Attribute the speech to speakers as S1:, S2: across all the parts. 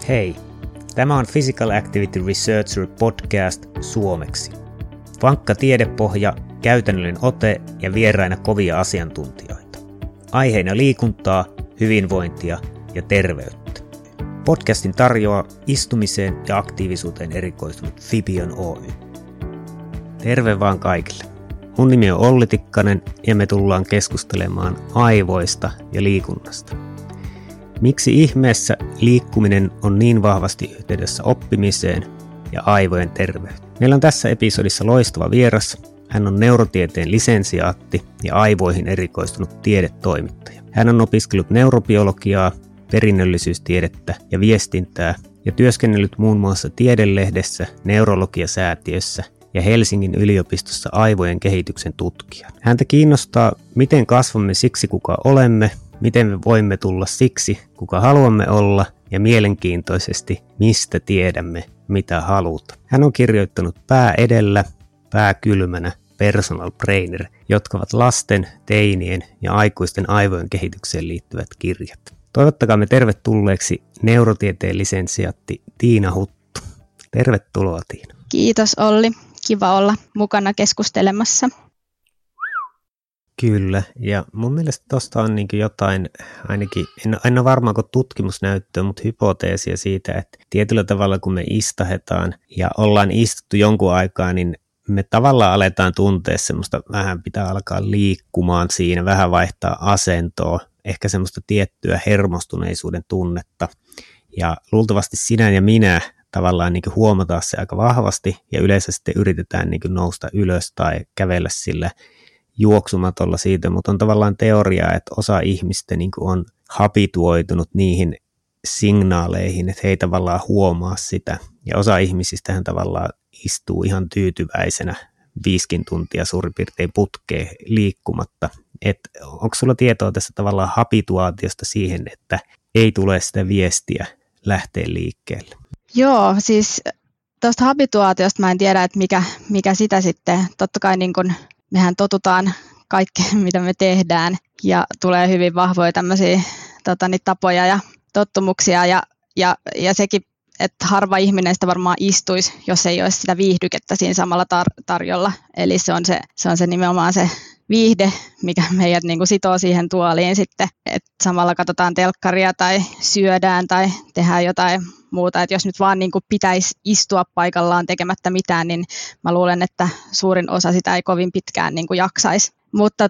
S1: Hei, tämä on Physical Activity Researcher podcast suomeksi. Vankka tiedepohja, käytännöllinen ote ja vieraina kovia asiantuntijoita. Aiheina liikuntaa, hyvinvointia ja terveyttä. Podcastin tarjoaa istumiseen ja aktiivisuuteen erikoistunut Fibion Oy. Terve vaan kaikille. Mun nimi on Olli Tikkanen ja me tullaan keskustelemaan aivoista ja liikunnasta. Miksi ihmeessä liikkuminen on niin vahvasti yhteydessä oppimiseen ja aivojen terveyteen? Meillä on tässä episodissa loistava vieras. Hän on neurotieteen lisensiaatti ja aivoihin erikoistunut tiedetoimittaja. Hän on opiskellut neurobiologiaa, perinnöllisyystiedettä ja viestintää ja työskennellyt muun muassa Tiedelehdessä, Neurologiasäätiössä ja Helsingin yliopistossa aivojen kehityksen tutkijana. Häntä kiinnostaa, miten kasvamme siksi kuka olemme, miten me voimme tulla siksi kuka haluamme olla ja mielenkiintoisesti mistä tiedämme mitä halutaan. Hän on kirjoittanut Pää edellä, pää kylmänä, Personal Trainer, jotka ovat lasten, teinien ja aikuisten aivojen kehitykseen liittyvät kirjat. Toivottakaamme tervetulleeksi neurotieteen lisensiaatti Tiina Huttu. Tervetuloa Tiina.
S2: Kiitos Olli. Kiva olla mukana keskustelemassa.
S1: Kyllä, ja mun mielestä tuosta on niin jotain, ainakin en ole varmaan kuin tutkimusnäyttöä, mutta hypoteesia siitä, että tietyllä tavalla kun me istahetaan ja ollaan istuttu jonkun aikaa, niin me tavallaan aletaan tuntea semmoista, vähän pitää alkaa liikkumaan siinä, vähän vaihtaa asentoa, ehkä semmoista tiettyä hermostuneisuuden tunnetta. Ja luultavasti sinä ja minä tavallaan niin huomataan se aika vahvasti ja yleensä sitten yritetään niin nousta ylös tai kävellä sillä juoksumatolla siitä, mutta on tavallaan teoriaa, että osa ihmistä niin on habituoitunut niihin signaaleihin, että he ei tavallaan huomaa sitä. Ja osa ihmisistähän tavallaan istuu ihan tyytyväisenä 5 tuntia suurin piirtein putkeen liikkumatta. Onko sulla tietoa tästä tavallaan habituaatiosta siihen, että ei tule sitä viestiä lähteä liikkeelle?
S2: Joo, siis tuosta habituaatiosta mä en tiedä, että mikä sitä sitten, totta kai niin kun mehän totutaan kaikkeen, mitä me tehdään ja tulee hyvin vahvoja tämmöisiä tapoja ja tottumuksia ja sekin, että harva ihminen sitä varmaan istuisi, jos ei olisi sitä viihdykettä siinä samalla tarjolla. Eli se on se nimenomaan se viihde, mikä meidät niin kuin sitoo siihen tuoliin sitten, että samalla katsotaan telkkaria tai syödään tai tehdään jotain muuta. Että jos nyt vaan niin kuin pitäisi istua paikallaan tekemättä mitään, niin mä luulen, että suurin osa sitä ei kovin pitkään niin kuin jaksaisi. Mutta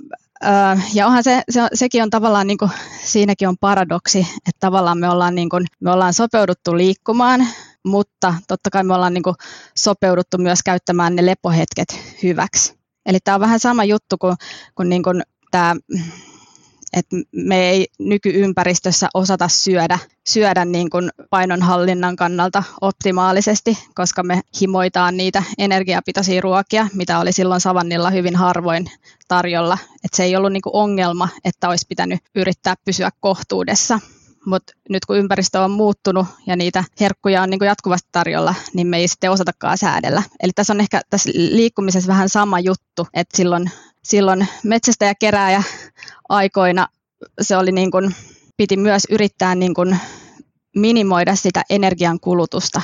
S2: ja onhan sekin on tavallaan, niin kuin, siinäkin on paradoksi, että tavallaan me ollaan sopeuduttu liikkumaan, mutta totta kai me ollaan niin kuin sopeuduttu myös käyttämään ne lepohetket hyväksi. Eli tämä on vähän sama juttu kuin niin kuin tämä, että me ei nykyympäristössä osata syödä niin kuin painonhallinnan kannalta optimaalisesti, koska me himoitaan niitä energiapitoisia ruokia, mitä oli silloin savannilla hyvin harvoin tarjolla. Että se ei ollut niin kuin ongelma, että olisi pitänyt yrittää pysyä kohtuudessa. Mutta nyt kun ympäristö on muuttunut ja niitä herkkuja on niin kuin jatkuvasti tarjolla, niin me ei sitten osatakaan säädellä. Eli tässä on ehkä tässä liikkumisessa vähän sama juttu, että silloin metsästäjä kerääjä aikoina se oli niin kuin, piti myös yrittää niin kuin minimoida sitä energian kulutusta,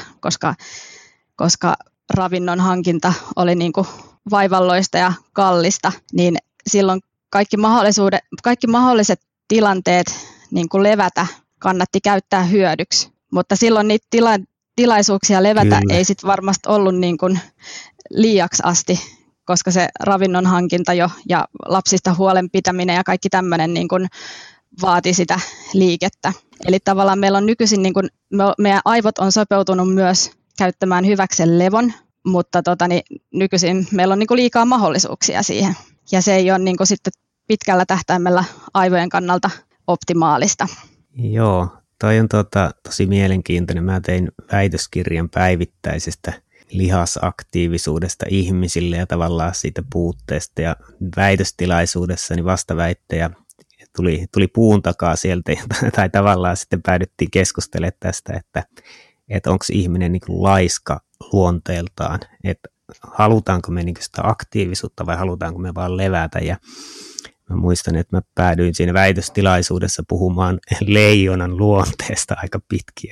S2: koska ravinnon hankinta oli niin kuin vaivalloista ja kallista, niin silloin kaikki mahdolliset tilanteet niin kuin levätä kannatti käyttää hyödyksi, mutta silloin niitä tilaisuuksia levätä Kyllä. ei sitten varmasti ollut niin kuin liiaksi asti, koska se ravinnon hankinta jo ja lapsista huolen pitäminen ja kaikki tämmöinen niin kuin vaati sitä liikettä. Eli tavallaan meillä on nykyisin, niin kuin, meidän aivot on sopeutunut myös käyttämään hyväksi levon, mutta nykyisin meillä on niin kuin liikaa mahdollisuuksia siihen. Ja se ei ole niin kuin sitten pitkällä tähtäimellä aivojen kannalta optimaalista.
S1: Joo, toi on tosi mielenkiintoinen. Mä tein väitöskirjan päivittäisestä lihasaktiivisuudesta ihmisille ja tavallaan siitä puutteesta ja väitöstilaisuudessani vastaväittejä tuli puun takaa sieltä tai tavallaan sitten päädyttiin keskustelemaan tästä, että onko ihminen niin kuin laiska luonteeltaan, että halutaanko me niin kuin sitä aktiivisuutta vai halutaanko me vaan levätä ja Mä muistan, että mä päädyin siinä väitöstilaisuudessa puhumaan leijonan luonteesta aika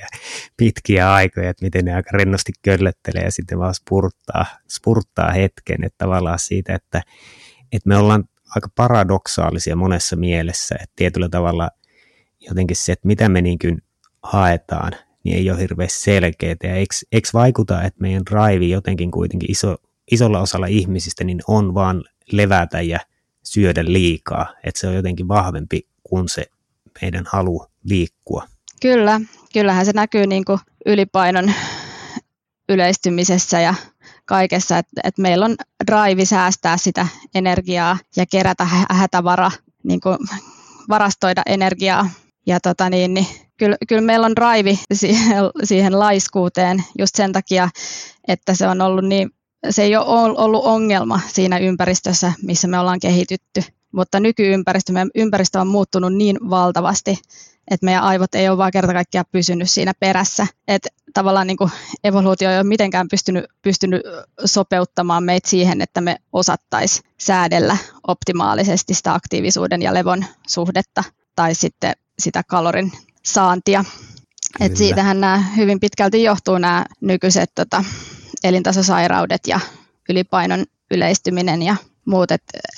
S1: pitkiä aikoja, että miten ne aika rennosti köllöttelee ja sitten vaan spurttaa hetken, että tavallaan siitä, että me ollaan aika paradoksaalisia monessa mielessä, että tietyllä tavalla jotenkin se, että mitä me niin kuin haetaan, niin ei ole hirveän selkeää. Ja eikö vaikuta, että meidän drive jotenkin kuitenkin isolla osalla ihmisistä niin on vaan levätä ja syödä liikaa, että se on jotenkin vahvempi kuin se meidän halu liikkua.
S2: Kyllähän se näkyy niin kuin ylipainon yleistymisessä ja kaikessa, että meillä on drive säästää sitä energiaa ja kerätä hätävara, niin kuin varastoida energiaa. Ja kyllä meillä on drive siihen laiskuuteen just sen takia, että se on ollut se ei ole ollut ongelma siinä ympäristössä, missä me ollaan kehitytty, mutta meidän ympäristö on muuttunut niin valtavasti, että meidän aivot ei ole vaan kerta kaikkiaan pysynyt siinä perässä. Että tavallaan niin kuin evoluutio ei ole mitenkään pystynyt sopeuttamaan meitä siihen, että me osattaisiin säädellä optimaalisesti sitä aktiivisuuden ja levon suhdetta tai sitten sitä kalorin saantia. Et siitähän nämä hyvin pitkälti johtuu nämä nykyiset elintasosairaudet ja ylipainon yleistyminen ja muut.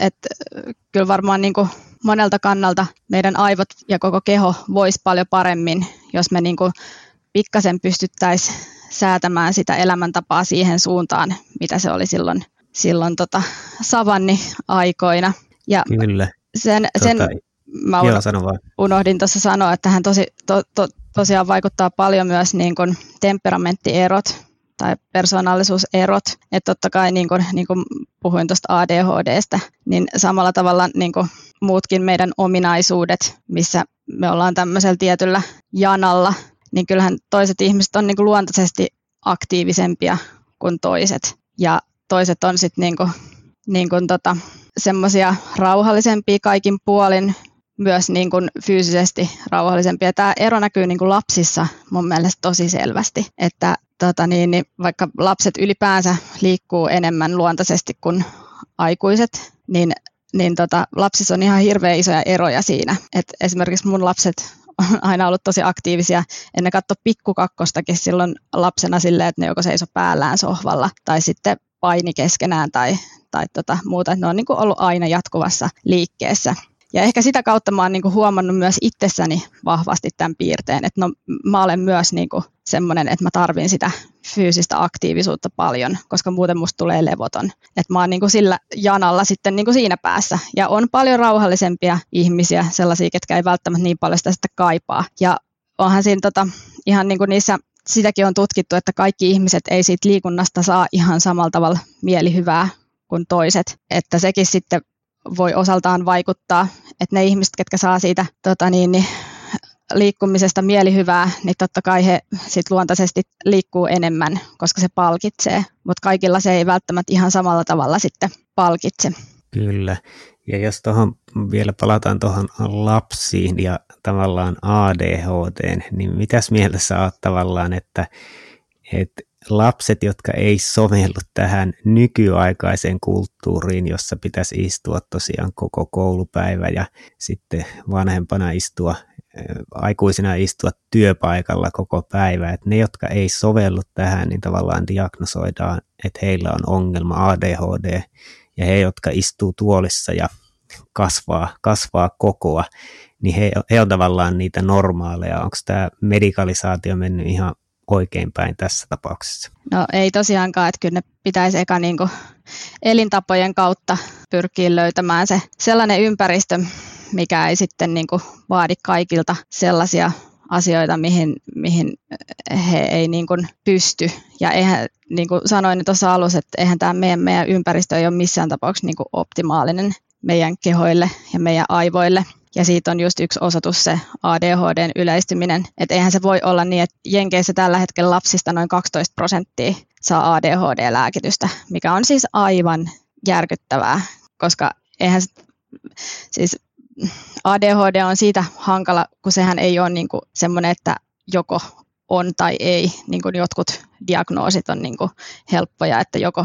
S2: Kyllä varmaan niin kuin monelta kannalta meidän aivot ja koko keho voisi paljon paremmin, jos me niin kuin pikkasen pystyttäisiin säätämään sitä elämäntapaa siihen suuntaan, mitä se oli silloin savanni-aikoina. Ja
S1: kyllä.
S2: Sen mä unohdin tuossa sanoa, että tähän tosiaan vaikuttaa paljon myös niin kuin temperamenttierot tai persoonallisuuserot. Että totta kai niin kuin puhuin tuosta ADHDstä, niin samalla tavalla niin kuin muutkin meidän ominaisuudet, missä me ollaan tämmöisellä tietyllä janalla, niin kyllähän toiset ihmiset on niin kuin luontaisesti aktiivisempia kuin toiset. Ja toiset on sitten niin kuin semmoisia rauhallisempia kaikin puolin, myös niin kuin fyysisesti rauhallisempia. Tämä ero näkyy niin kuin lapsissa mun mielestä tosi selvästi, että vaikka lapset ylipäänsä liikkuu enemmän luontaisesti kuin aikuiset, niin lapsissa on ihan hirveän isoja eroja siinä. Et esimerkiksi mun lapset on aina ollut tosi aktiivisia. En ne katso pikkukakkostakin silloin lapsena silleen, että ne joko seiso päällään sohvalla tai sitten paini keskenään tai muuta. Ne on niin kuin ollut aina jatkuvassa liikkeessä. Ja ehkä sitä kautta mä oon niin kuin huomannut myös itsessäni vahvasti tämän piirteen, että mä olen myös niin kuin semmoinen, että mä tarvin sitä fyysistä aktiivisuutta paljon, koska muuten musta tulee levoton. Että mä oon niin kuin sillä janalla sitten niin kuin siinä päässä. Ja on paljon rauhallisempia ihmisiä, sellaisia, ketkä ei välttämättä niin paljon sitä kaipaa. Ja onhan siinä ihan niin kuin niissä, sitäkin on tutkittu, että kaikki ihmiset ei siitä liikunnasta saa ihan samalla tavalla mielihyvää kuin toiset. Että sekin sitten voi osaltaan vaikuttaa, että ne ihmiset, ketkä saa siitä liikkumisesta mielihyvää, niin totta kai he sit luontaisesti liikkuu enemmän, koska se palkitsee, mutta kaikilla se ei välttämättä ihan samalla tavalla sitten palkitse.
S1: Kyllä, ja jos vielä palataan tuohon lapsiin ja tavallaan ADHD, niin mitäs mieltä sä oot tavallaan, että lapset, jotka ei sovellu tähän nykyaikaiseen kulttuuriin, jossa pitäisi istua tosiaan koko koulupäivä ja sitten vanhempana aikuisina istua työpaikalla koko päivä, että ne, jotka ei sovellu tähän, niin tavallaan diagnosoidaan, että heillä on ongelma ADHD, ja he, jotka istuu tuolissa ja kasvaa kokoa, niin he on tavallaan niitä normaaleja. Onko tämä medikalisaatio mennyt ihan oikein päin tässä tapauksessa?
S2: No ei tosiaankaan, että kyllä ne pitäisi eka niin kuin elintapojen kautta pyrkiä löytämään se sellainen ympäristö, mikä ei sitten niin kuin vaadi kaikilta sellaisia asioita, mihin he ei niin kuin pysty. Ja eihän, niin kuin sanoin tuossa alussa, että eihän tämä meidän ympäristö ei ole missään tapauksessa niin kuin optimaalinen meidän kehoille ja meidän aivoille. Ja siitä on just yksi osoitus se ADHDn yleistyminen. Että eihän se voi olla niin, että Jenkeissä tällä hetkellä lapsista noin 12% saa ADHD-lääkitystä, mikä on siis aivan järkyttävää, koska eihän siis ADHD on siitä hankala, kun sehän ei ole niin kuin semmoinen, että joko on tai ei. Niin kuin jotkut diagnoosit on niin kuin helppoja, että joko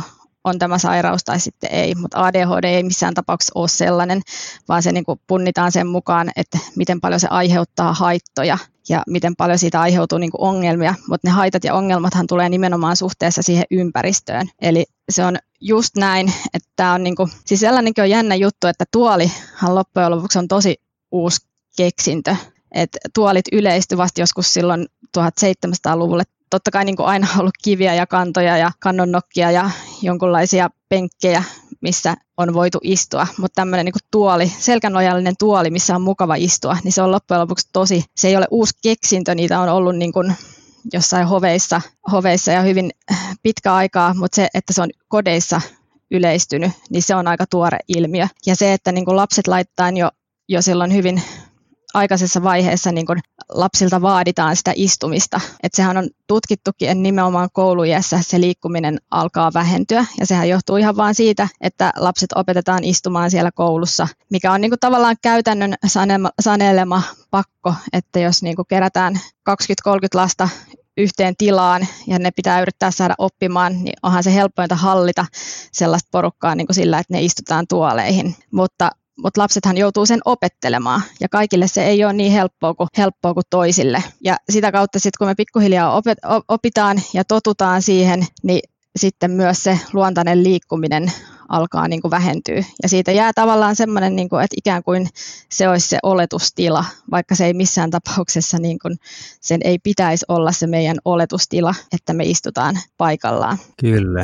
S2: on tämä sairaus tai sitten ei, mutta ADHD ei missään tapauksessa ole sellainen, vaan se niin kuin punnitaan sen mukaan, että miten paljon se aiheuttaa haittoja ja miten paljon siitä aiheutuu niin kuin ongelmia, mutta ne haitat ja ongelmathan tulee nimenomaan suhteessa siihen ympäristöön. Eli se on just näin, että tämä on niin kuin, siis sellainenkin on jännä juttu, että tuolihan loppujen lopuksi on tosi uusi keksintö, että tuolit yleistyi vasta joskus silloin 1700-luvulle. Totta kai niin kuin aina on ollut kiviä ja kantoja ja kannonnokkia ja jonkunlaisia penkkejä, missä on voitu istua, mutta tämmöinen niin kuin tuoli, selkänojallinen tuoli, missä on mukava istua, niin se on loppujen lopuksi se ei ole uusi keksintö, niitä on ollut niin kuin jossain hoveissa ja hyvin pitkä aikaa, mutta se, että se on kodeissa yleistynyt, niin se on aika tuore ilmiö. Ja se, että niin kuin lapset laittaa jo silloin hyvin aikaisessa vaiheessa niin kun lapsilta vaaditaan sitä istumista. Että sehän on tutkittukin, että nimenomaan kouluiässä se liikkuminen alkaa vähentyä. Ja sehän johtuu ihan vaan siitä, että lapset opetetaan istumaan siellä koulussa, mikä on niin kun tavallaan käytännön sanelema pakko, että jos niin kun kerätään 20-30 lasta yhteen tilaan ja ne pitää yrittää saada oppimaan, niin onhan se helpointa hallita sellaista porukkaa niin kuin sillä, että ne istutaan tuoleihin. Mutta lapsethan joutuu sen opettelemaan ja kaikille se ei ole niin helppoa kuin toisille. Ja sitä kautta sitten kun me pikkuhiljaa opitaan ja totutaan siihen, niin sitten myös se luontainen liikkuminen alkaa niin kuin vähentyä. Ja siitä jää tavallaan semmoinen, niin kuin, että ikään kuin se olisi se oletustila, vaikka se ei missään tapauksessa, niin kuin, sen ei pitäisi olla se meidän oletustila, että me istutaan paikallaan.
S1: Kyllä.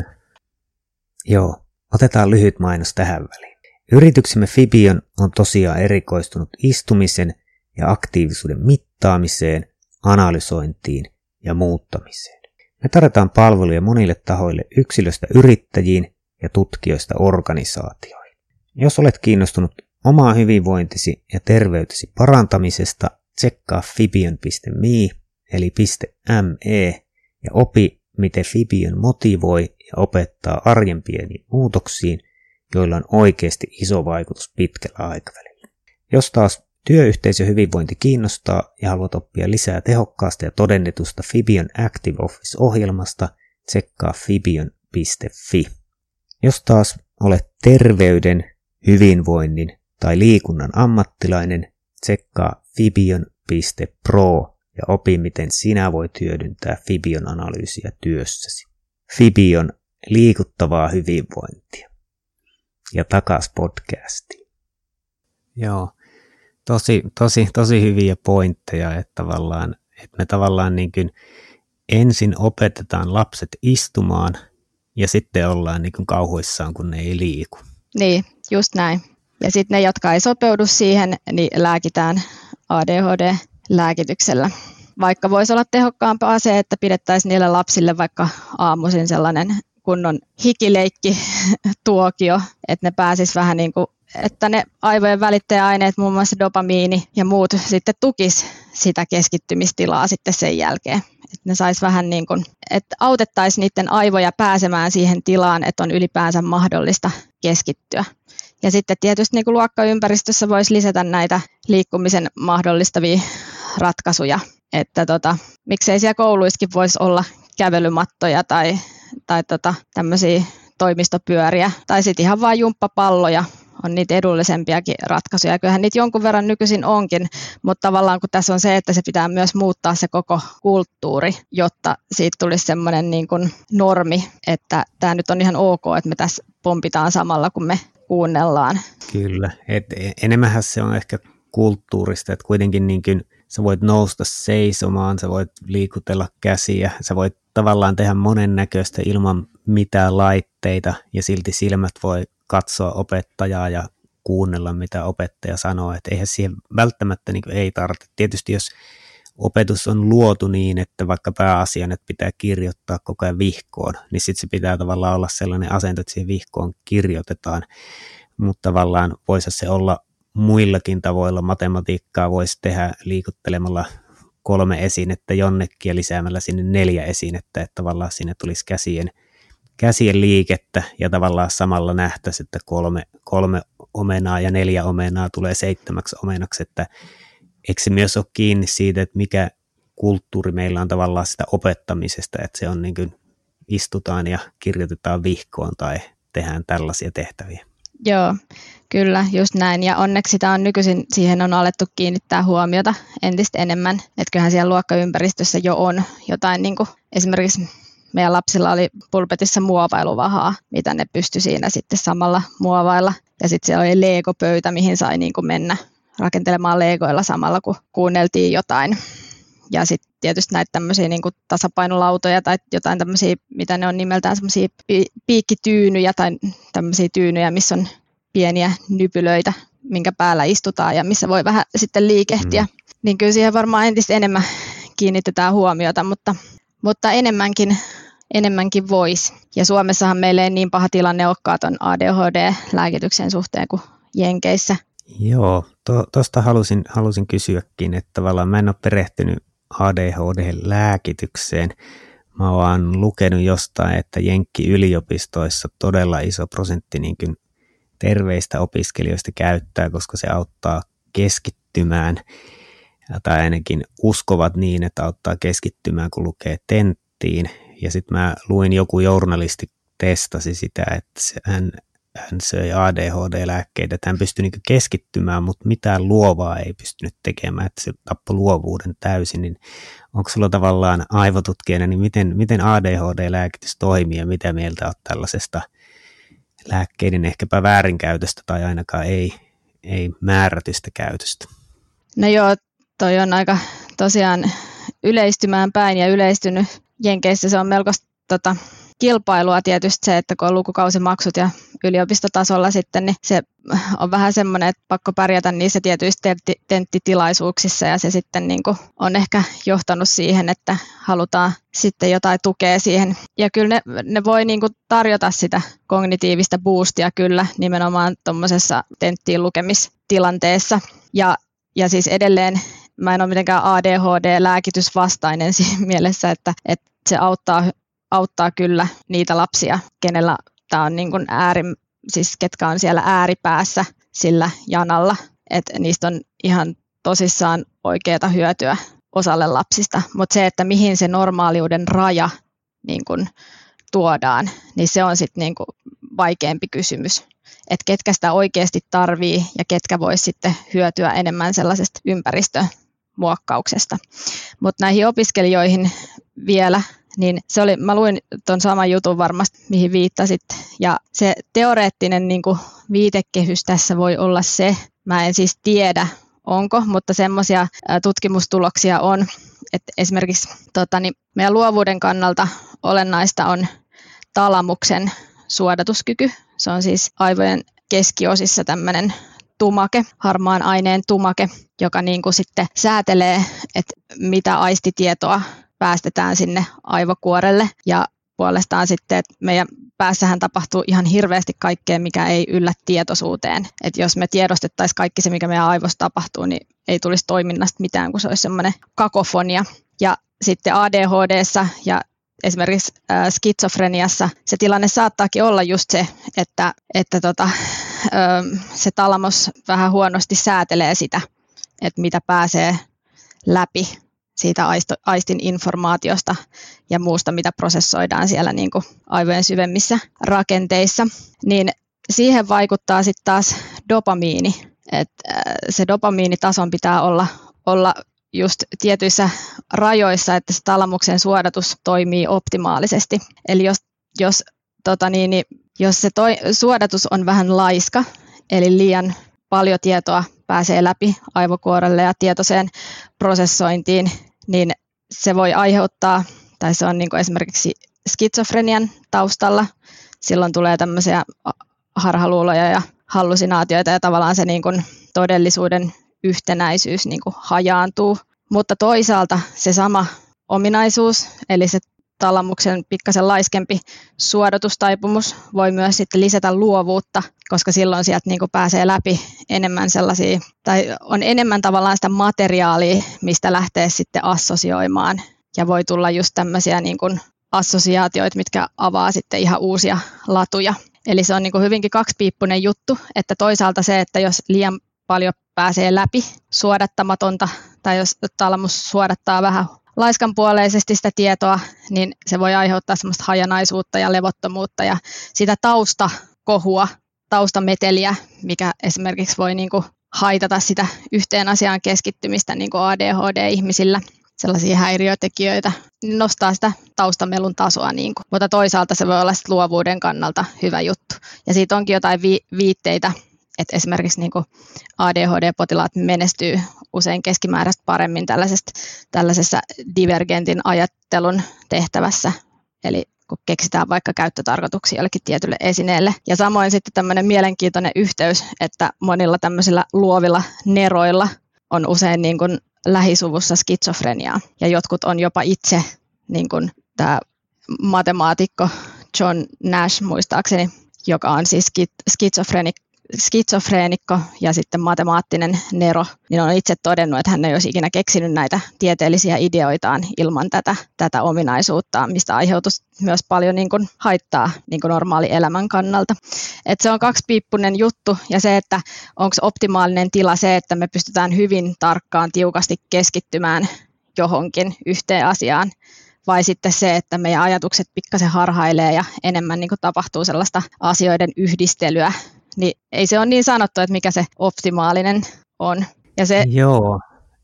S1: Joo, otetaan lyhyt mainos tähän väliin. Yrityksemme Fibion on tosiaan erikoistunut istumisen ja aktiivisuuden mittaamiseen, analysointiin ja muuttamiseen. Me tarjotaan palveluja monille tahoille yksilöstä yrittäjiin ja tutkijoista organisaatioihin. Jos olet kiinnostunut omaa hyvinvointisi ja terveytesi parantamisesta, tsekkaa fibion.me eli .me ja opi, miten Fibion motivoi ja opettaa arjen pieniin muutoksiin, joilla on oikeasti iso vaikutus pitkällä aikavälillä. Jos taas työyhteisön hyvinvointi kiinnostaa ja haluat oppia lisää tehokkaasta ja todennetusta Fibion Active Office-ohjelmasta, tsekkaa fibion.fi. Jos taas olet terveyden, hyvinvoinnin tai liikunnan ammattilainen, tsekkaa fibion.pro ja opi, miten sinä voit hyödyntää Fibion-analyysiä työssäsi. Fibion, liikuttavaa hyvinvointia. Ja takas podcastiin. Joo, tosi hyviä pointteja, että me tavallaan niin kuin ensin opetetaan lapset istumaan ja sitten ollaan niin kuin kauhuissaan, kun ne ei liiku.
S2: Niin, just näin. Ja sitten ne, jotka ei sopeudu siihen, niin lääkitään ADHD-lääkityksellä. Vaikka voisi olla tehokkaampaa se, että pidettäisiin niille lapsille vaikka aamuisin sellainen kunnon hikileikki tuokio, että ne pääsis vähän niin kuin, että ne aivojen välittäjäaineet, muun muassa dopamiini ja muut sitten tukis sitä keskittymistilaa sitten sen jälkeen. Että ne sais vähän niin kuin, että autettaisiin niiden aivoja pääsemään siihen tilaan, että on ylipäänsä mahdollista keskittyä. Ja sitten tietysti niin kuin luokkaympäristössä voisi lisätä näitä liikkumisen mahdollistavia ratkaisuja, että miksei siellä kouluissakin voisi olla kävelymattoja tai tämmöisiä toimistopyöriä, tai sitten ihan vain jumppapalloja, on niitä edullisempiakin ratkaisuja. Kyllähän niitä jonkun verran nykyisin onkin, mutta tavallaan kun tässä on se, että se pitää myös muuttaa se koko kulttuuri, jotta siitä tulisi semmoinen niin kuin normi, että tämä nyt on ihan ok, että me tässä pompitaan samalla, kun me kuunnellaan.
S1: Kyllä, enemmänhän se on ehkä kulttuurista, että kuitenkin niin kuin sä voit nousta seisomaan, sä voit liikutella käsiä, sä voit tavallaan tehdä monennäköistä ilman mitään laitteita ja silti silmät voi katsoa opettajaa ja kuunnella mitä opettaja sanoo, että eihän siihen välttämättä niin kuin ei tarvitse. Tietysti jos opetus on luotu niin, että vaikka pääasian, että pitää kirjoittaa koko ajan vihkoon, niin sitten se pitää tavallaan olla sellainen asento, että siihen vihkoon kirjoitetaan, mutta tavallaan voisi se olla muillakin tavoilla. Matematiikkaa voisi tehdä liikuttelemalla 3 esinettä jonnekin ja lisäämällä sinne 4 esinettä, että tavallaan sinne tulisi käsien liikettä ja tavallaan samalla nähtäisi, että 3 omenaa ja 4 omenaa tulee 7 omenaksi, että eikö se myös ole kiinni siitä, että mikä kulttuuri meillä on tavallaan sitä opettamisesta, että se on niin kuin istutaan ja kirjoitetaan vihkoon tehdään tällaisia tehtäviä.
S2: Joo, kyllä, just näin. Ja onneksi sitä on nykyisin, siihen on alettu kiinnittää huomiota entistä enemmän. Että kyllähän siellä luokkaympäristössä jo on jotain, niin kuin esimerkiksi meidän lapsilla oli pulpetissa muovailuvahaa, mitä ne pystyi siinä sitten samalla muovailla. Ja sitten siellä oli Lego-pöytä, mihin sai niin kuin mennä rakentelemaan legoilla samalla, kun kuunneltiin jotain. Ja sitten tietysti näitä tämmöisiä niin kuin tasapainolautoja tai jotain tämmöisiä, mitä ne on nimeltään semmoisia piikkityynyjä tai tämmöisiä tyynyjä, missä on pieniä nypylöitä, minkä päällä istutaan ja missä voi vähän sitten liikehtiä. Niin kyllä siihen varmaan entistä enemmän kiinnitetään huomiota, mutta enemmänkin voisi. Ja Suomessahan meillä ei niin paha tilanne olekaan tuon ADHD-lääkityksen suhteen kuin Jenkeissä.
S1: Joo, tuosta halusin kysyäkin, että tavallaan mä en ole perehtynyt ADHD-lääkitykseen. Mä oon vaan lukenut jostain, että Jenkki-yliopistoissa todella iso prosentti niin kuin terveistä opiskelijoista käyttää, koska se auttaa keskittymään, tai ainakin uskovat niin, että auttaa keskittymään, kun lukee tenttiin. Ja sitten mä luin, joku journalisti testasi sitä, että hän söi ADHD-lääkkeitä, että hän pystyi niin keskittymään, mutta mitään luovaa ei pystynyt tekemään, että se tappoi luovuuden täysin. Niin onko sulla tavallaan aivotutkijana, niin miten ADHD-lääkitys toimii ja mitä mieltä olet tällaisesta lääkkeiden ehkäpä väärinkäytöstä tai ainakaan ei määrätystä käytöstä?
S2: No joo, toi on aika tosiaan yleistymään päin ja yleistynyt. Jenkeissä se on melkoista kilpailua tietysti se, että kun on lukukausimaksut ja yliopistotasolla sitten, niin se on vähän semmoinen, että pakko pärjätä niissä tietyissä tenttitilaisuuksissa ja se sitten niin kuin on ehkä johtanut siihen, että halutaan sitten jotain tukea siihen. Ja kyllä ne voi niin kuin tarjota sitä kognitiivista boostia kyllä nimenomaan tuommoisessa tenttiin lukemistilanteessa. Ja siis edelleen mä en ole mitenkään ADHD-lääkitysvastainen siinä mielessä, että se auttaa kyllä niitä lapsia, kenellä tämä on niin kuin siis ketkä on siellä ääripäässä sillä janalla, että niistä on ihan tosissaan oikeaa hyötyä osalle lapsista, mutta se, että mihin se normaaliuden raja niin kuin tuodaan, niin se on sitten niin kuin vaikeampi kysymys, että ketkä sitä oikeasti tarvii ja ketkä vois sitten hyötyä enemmän sellaisesta ympäristömuokkauksesta. Mutta näihin opiskelijoihin vielä, niin mä luin tuon saman jutun varmasti, mihin viittasit, ja se teoreettinen niin kuin viitekehys tässä voi olla se, mä en siis tiedä onko, mutta semmoisia tutkimustuloksia on, että esimerkiksi meidän luovuuden kannalta olennaista on talamuksen suodatuskyky, se on siis aivojen keskiosissa tämmöinen tumake, harmaan aineen tumake, joka niin kuin sitten säätelee, että mitä aistitietoa päästetään sinne aivokuorelle ja puolestaan sitten, että meidän päässähän tapahtuu ihan hirveästi kaikkea, mikä ei yllä tietoisuuteen. Että jos me tiedostettaisiin kaikki se, mikä meidän aivossa tapahtuu, niin ei tulisi toiminnasta mitään, kun se olisi semmoinen kakofonia. Ja sitten ADHD:ssa ja esimerkiksi skitsofreniassa se tilanne saattaakin olla just se, että se talamos vähän huonosti säätelee sitä, että mitä pääsee läpi siitä aistin informaatiosta ja muusta, mitä prosessoidaan siellä niin kuin aivojen syvemmissä rakenteissa, niin siihen vaikuttaa sitten taas dopamiini. että se dopamiinitason pitää olla just tietyissä rajoissa, että se talamuksen suodatus toimii optimaalisesti. Eli jos se suodatus on vähän laiska, eli liian paljon tietoa pääsee läpi aivokuorelle ja tietoiseen prosessointiin, niin se voi aiheuttaa, tai se on niin kuin esimerkiksi skitsofrenian taustalla, silloin tulee tämmöisiä harhaluuloja ja hallusinaatioita ja tavallaan se niin kuin todellisuuden yhtenäisyys niin kuin hajaantuu. Mutta toisaalta se sama ominaisuus, eli se talamuksen pikkasen laiskempi suodatustaipumus voi myös sitten lisätä luovuutta, koska silloin sieltä niin kuin pääsee läpi enemmän sellaisia, tai on enemmän tavallaan sitä materiaalia, mistä lähtee sitten assosioimaan. Ja voi tulla just tämmöisiä niin kuin assosiaatioita, mitkä avaa sitten ihan uusia latuja. Eli se on niin kuin hyvinkin kaksipiippunen juttu, että toisaalta se, että jos liian paljon pääsee läpi suodattamatonta, tai jos talamus suodattaa vähän laiskanpuoleisesti sitä tietoa, niin se voi aiheuttaa semmoista hajanaisuutta ja levottomuutta ja sitä taustakohua, taustameteliä, mikä esimerkiksi voi niin kuin haitata sitä yhteen asiaan keskittymistä niin kuin ADHD-ihmisillä. Sellaisia häiriötekijöitä, niin nostaa sitä taustamelun tasoa. Niin kuin. Mutta toisaalta se voi olla luovuuden kannalta hyvä juttu. Ja siitä onkin jotain viitteitä, että esimerkiksi niin kuin ADHD-potilaat menestyy usein keskimääräistä paremmin tällaisessa divergentin ajattelun tehtävässä. Eli kun keksitään vaikka käyttötarkoituksia jollekin tietylle esineelle. Ja samoin sitten tämmöinen mielenkiintoinen yhteys, että monilla tämmöisillä luovilla neroilla on usein niin kuin lähisuvussa skitsofreniaa. Ja jotkut on jopa itse, niin kuin tämä matemaatikko John Nash muistaakseni, joka on siis skitsofreenikko ja sitten matemaattinen nero, niin on itse todennut, että hän ei olisi ikinä keksinyt näitä tieteellisiä ideoitaan ilman tätä ominaisuutta, mistä aiheutus myös paljon niin kuin haittaa niin kuin normaali elämän kannalta. Et se on kaksipiippunen juttu ja se, että onko optimaalinen tila se, että me pystytään hyvin tarkkaan, tiukasti keskittymään johonkin yhteen asiaan, vai sitten se, että meidän ajatukset pikkasen harhailee ja enemmän niin kuin tapahtuu sellaista asioiden yhdistelyä, niin ei se ole niin sanottu, että mikä se optimaalinen on. Ja se...
S1: Joo,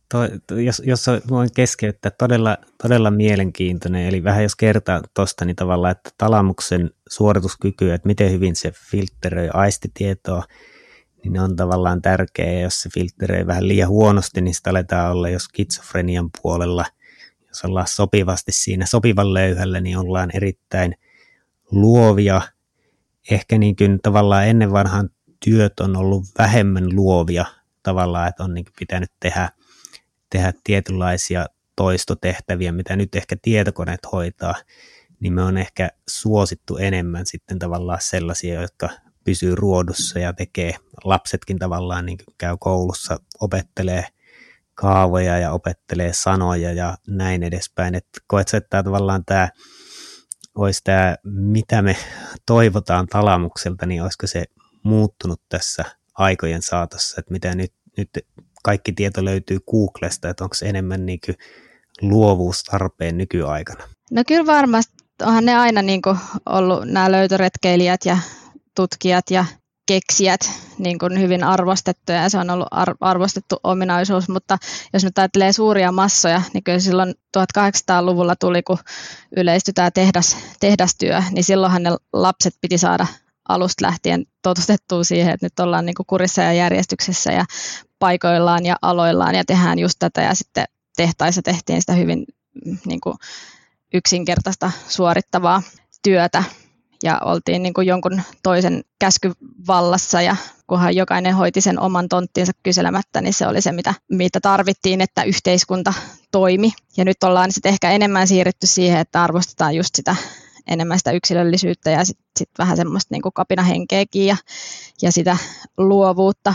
S1: jos voin keskeyttää, todella mielenkiintoinen, eli vähän jos kertaa tuosta, niin tavallaan, että talamuksen suorituskyky, että miten hyvin se filtteröi aistitietoa, niin ne on tavallaan tärkeä, ja jos se filtteröi vähän liian huonosti, niin sitä aletaan olla jo skitsofrenian puolella. Jos ollaan sopivasti siinä sopivan löyhällä, niin ollaan erittäin luovia. Ehkä niin kuin tavallaan ennen vanhaan työt on ollut vähemmän luovia tavallaan, että on niin kuin pitänyt tehdä tietynlaisia toistotehtäviä, mitä nyt ehkä tietokoneet hoitaa, niin me on ehkä suosittu enemmän sitten tavallaan sellaisia, jotka pysyy ruodussa ja tekee, lapsetkin tavallaan niin kuin käy koulussa, opettelee kaavoja ja opettelee sanoja ja näin edespäin. Että koetko, että tämä tavallaan tämä olisi tämä, mitä me toivotaan talamukselta, niin olisiko se muuttunut tässä aikojen saatossa, että mitä nyt kaikki tieto löytyy Googlesta, että onko se enemmän niin kuin luovuustarpeen nykyaikana?
S2: No kyllä varmasti, onhan ne aina niin kuin ollut nämä löytöretkeilijät ja tutkijat ja keksijät niin kuin hyvin arvostettuja ja se on ollut arvostettu ominaisuus, mutta jos nyt ajattelee suuria massoja, niin kyllä silloin 1800-luvulla tuli, kun yleistyi tämä tehdastyö, niin silloinhan ne lapset piti saada alusta lähtien totutettua siihen, että nyt ollaan niin kuin kurissa ja järjestyksessä ja paikoillaan ja aloillaan ja tehdään just tätä ja sitten tehtaissa tehtiin sitä hyvin niin kuin yksinkertaista suorittavaa työtä. Ja oltiin niin kuin jonkun toisen käskyvallassa ja kunhan jokainen hoiti sen oman tonttinsa kyselemättä, niin se oli se, mitä tarvittiin, että yhteiskunta toimi. Ja nyt ollaan sitten ehkä enemmän siirrytty siihen, että arvostetaan just sitä enemmän sitä yksilöllisyyttä ja sitten vähän semmoista niin kuin kapinahenkeäkin ja sitä luovuutta.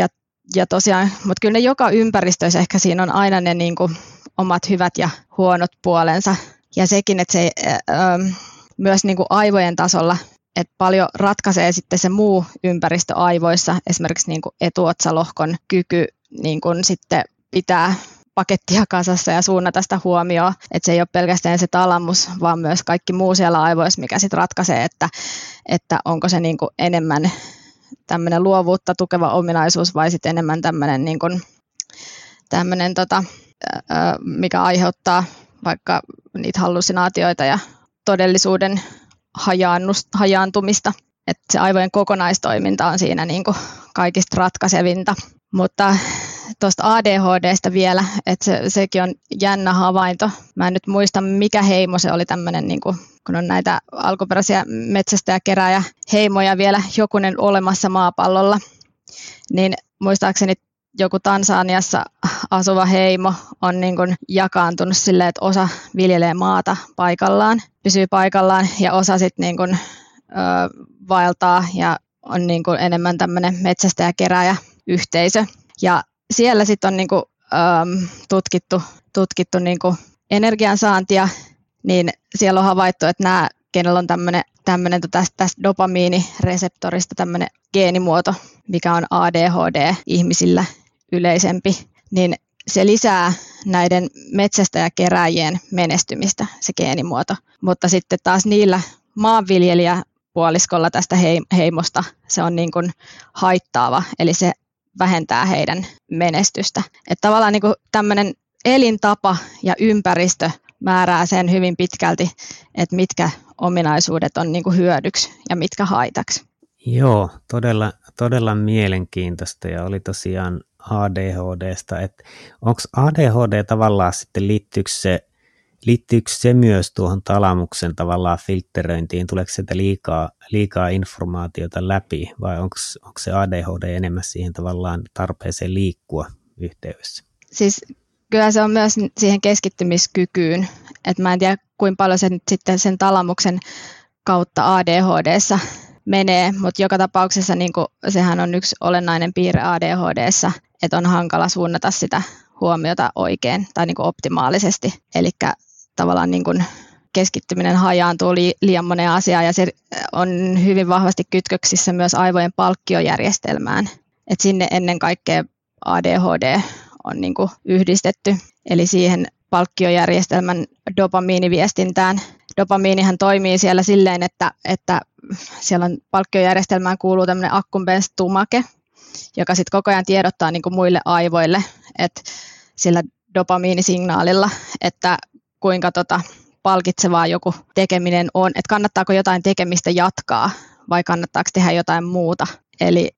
S2: Ja tosiaan, mutta kyllä ne joka ympäristössä ehkä siinä on aina ne niin kuin omat hyvät ja huonot puolensa. Ja sekin, että se... myös niin kuin aivojen tasolla, että paljon ratkaisee sitten se muu ympäristö aivoissa, esimerkiksi niin kuin etuotsalohkon kyky niin kuin sitten pitää pakettia kasassa ja suunnata sitä huomioon, että se ei ole pelkästään se talamus, vaan myös kaikki muu siellä aivoissa, mikä sitten ratkaisee, että onko se niin kuin enemmän tämmöinen luovuutta tukeva ominaisuus vai sitten enemmän tämmöinen, niin kuin, mikä aiheuttaa vaikka niitä hallusinaatioita ja todellisuuden hajaantumista, että se aivojen kokonaistoiminta on siinä niin kuin kaikista ratkaisevinta. Mutta tuosta ADHDsta vielä, että sekin on jännä havainto. Mä en nyt muista, mikä heimo se oli tämmöinen, niin kuin, kun on näitä alkuperäisiä metsästäjä-kerääjä-heimoja vielä jokunen olemassa maapallolla, niin muistaakseni joku Tansaniassa asuva heimo on niin kuin jakaantunut silleen, että osa viljelee maata paikallaan, pysyy paikallaan ja osa sitten niin kuin, vaeltaa ja on niin kuin enemmän tämmöinen metsästäjä-kerääjä-yhteisö. Ja siellä sitten on niin kuin, tutkittu niin kuin energiansaantia, niin siellä on havaittu, että nämä, kenellä on tämmöinen tästä dopamiinireseptorista tämmöinen geenimuoto, mikä on ADHD-ihmisillä yleisempi, niin se lisää näiden metsästäjäkeräjien menestymistä, se geenimuoto. Mutta sitten taas niillä maanviljelijäpuoliskolla tästä heimosta se on niin kuin haittaava, eli se vähentää heidän menestystä. Että tavallaan niin kuin tämmöinen elintapa ja ympäristö määrää sen hyvin pitkälti, että mitkä ominaisuudet on niin kuin hyödyksi ja mitkä haitaksi.
S1: Joo, todella mielenkiintoista ja oli tosiaan ADHDsta, että onko ADHD tavallaan sitten liittyykö se myös tuohon talamuksen tavallaan filtteröintiin, tuleeko sieltä liikaa informaatiota läpi vai onko se ADHD enemmän siihen tavallaan tarpeeseen liikkua yhteydessä?
S2: Siis kyllä se on myös siihen keskittymiskykyyn, että mä en tiedä kuinka paljon se nyt sitten sen talamuksen kautta ADHDssa menee, mutta joka tapauksessa niin sehän on yksi olennainen piirre ADHDssa, että on hankala suunnata sitä huomiota oikein tai niin optimaalisesti. Eli tavallaan niin keskittyminen hajaantuu liian moneen asiaan ja se on hyvin vahvasti kytköksissä myös aivojen palkkiojärjestelmään. Et sinne ennen kaikkea ADHD on niin yhdistetty, eli siihen palkkiojärjestelmän dopamiiniviestintään. Dopamiinihan toimii siellä silleen, että siellä on palkkiojärjestelmään kuuluu tämmöinen accumbens-tumake, joka sitten koko ajan tiedottaa niin kuin muille aivoille, että sillä dopamiinisignaalilla, että kuinka palkitsevaa joku tekeminen on, että kannattaako jotain tekemistä jatkaa vai kannattaako tehdä jotain muuta. Eli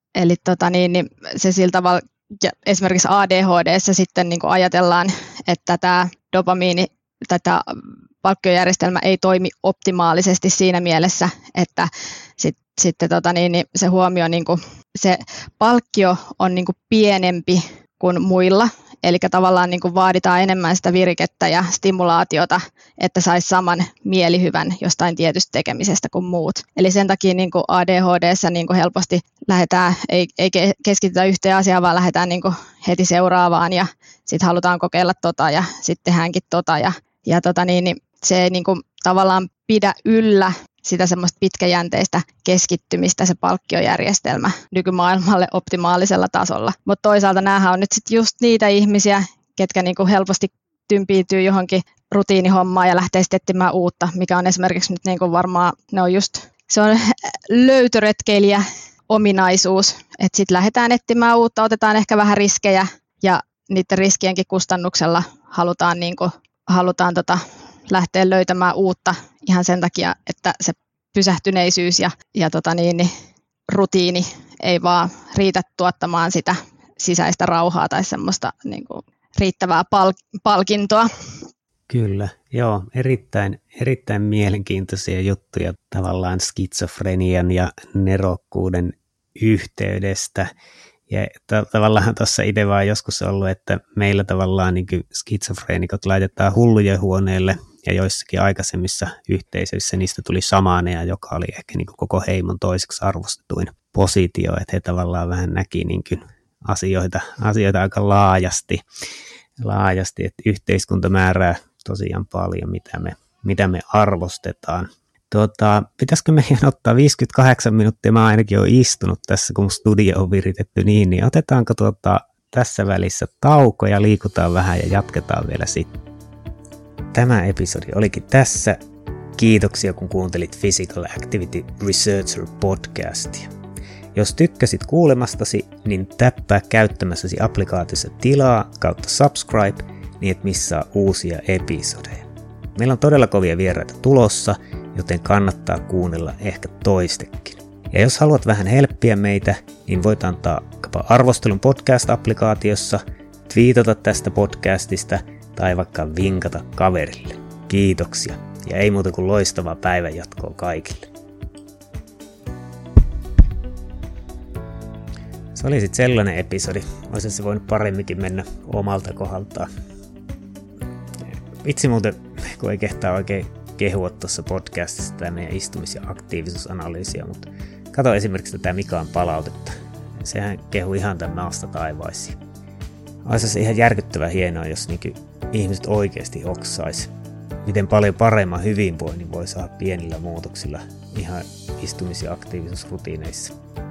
S2: se sillä tavalla, ja esimerkiksi ADHD:ssä sitten niin kuin ajatellaan, että tämä dopamiini tai tämä palkkiojärjestelmä ei toimi optimaalisesti siinä mielessä, että sitten se huomio, niin kuin, se palkkio on niin kuin pienempi kuin muilla, eli tavallaan niin kuin vaaditaan enemmän sitä virikettä ja stimulaatiota, että saisi saman mielihyvän jostain tietystä tekemisestä kuin muut. Eli sen takia niin kuin ADHD:ssä niin kuin helposti lähdetään, ei keskitytä yhteen asiaan, vaan lähdetään niin kuin heti seuraavaan ja sitten halutaan kokeilla ja sitten tehdäänkin ja se ei niin kuin tavallaan pidä yllä sitä semmoista pitkäjänteistä keskittymistä se palkkiojärjestelmä nykymaailmalle optimaalisella tasolla. Mutta toisaalta näähän on nyt sitten just niitä ihmisiä, ketkä niinku helposti tympiintyy johonkin rutiinihommaan ja lähtee sitten etsimään uutta, mikä on esimerkiksi nyt niinku varmaan, se on löytöretkeilijä ominaisuus, että sitten lähdetään etsimään uutta, otetaan ehkä vähän riskejä ja niiden riskienkin kustannuksella halutaan lähteä löytämään uutta ihan sen takia, että se pysähtyneisyys ja rutiini ei vaan riitä tuottamaan sitä sisäistä rauhaa tai semmoista niin kuin riittävää palkintoa.
S1: Kyllä, joo, erittäin mielenkiintoisia juttuja tavallaan skitsofrenian ja nerokkuuden yhteydestä. Ja tavallaan tuossa itse vaan joskus ollut, että meillä tavallaan niin skitsofreenikot laitetaan hullujen huoneelle ja joissakin aikaisemmissa yhteisöissä niistä tuli samaneja, joka oli ehkä niin koko heimon toiseksi arvostetuin positio, että he tavallaan vähän näki niin asioita aika laajasti, että yhteiskunta määrää tosiaan paljon, mitä me arvostetaan. Pitäisikö meidän ottaa 58 minuuttia, mä ainakin olen istunut tässä, kun studio on viritetty niin otetaanko tässä välissä tauko ja liikutaan vähän ja jatketaan vielä sitten. Tämä episodi olikin tässä. Kiitoksia, kun kuuntelit Physical Activity Researcher podcastia. Jos tykkäsit kuulemastasi, niin täppää käyttämässäsi applikaatiossa tilaa kautta subscribe, niin et missaa uusia episodeja. Meillä on todella kovia vieraita tulossa, joten kannattaa kuunnella ehkä toistekin. Ja jos haluat vähän helppiä meitä, niin voit antaa arvostelun podcast-applikaatiossa, twiitata tästä podcastista tai vaikka vinkata kaverille. Kiitoksia ja ei muuta kuin loistavaa päivänjatkoa kaikille. Se oli sitten sellainen episodi. Olisi se voinut paremminkin mennä omalta kohdaltaan. Vitsi muuten, kun ei kehtaa oikein kehua tuossa podcastissa tämä meidän istumis- ja aktiivisuusanalyysiä, mutta kato esimerkiksi tätä Mikan palautetta. Sehän kehui ihan tämän maasta taivaisiin. Olisi se ihan järkyttävän hienoa, jos ihmiset oikeasti oksaisi. Miten paljon paremman hyvinvoinnin voi saada pienillä muutoksilla ihan istumis- ja aktiivisuusrutiineissa.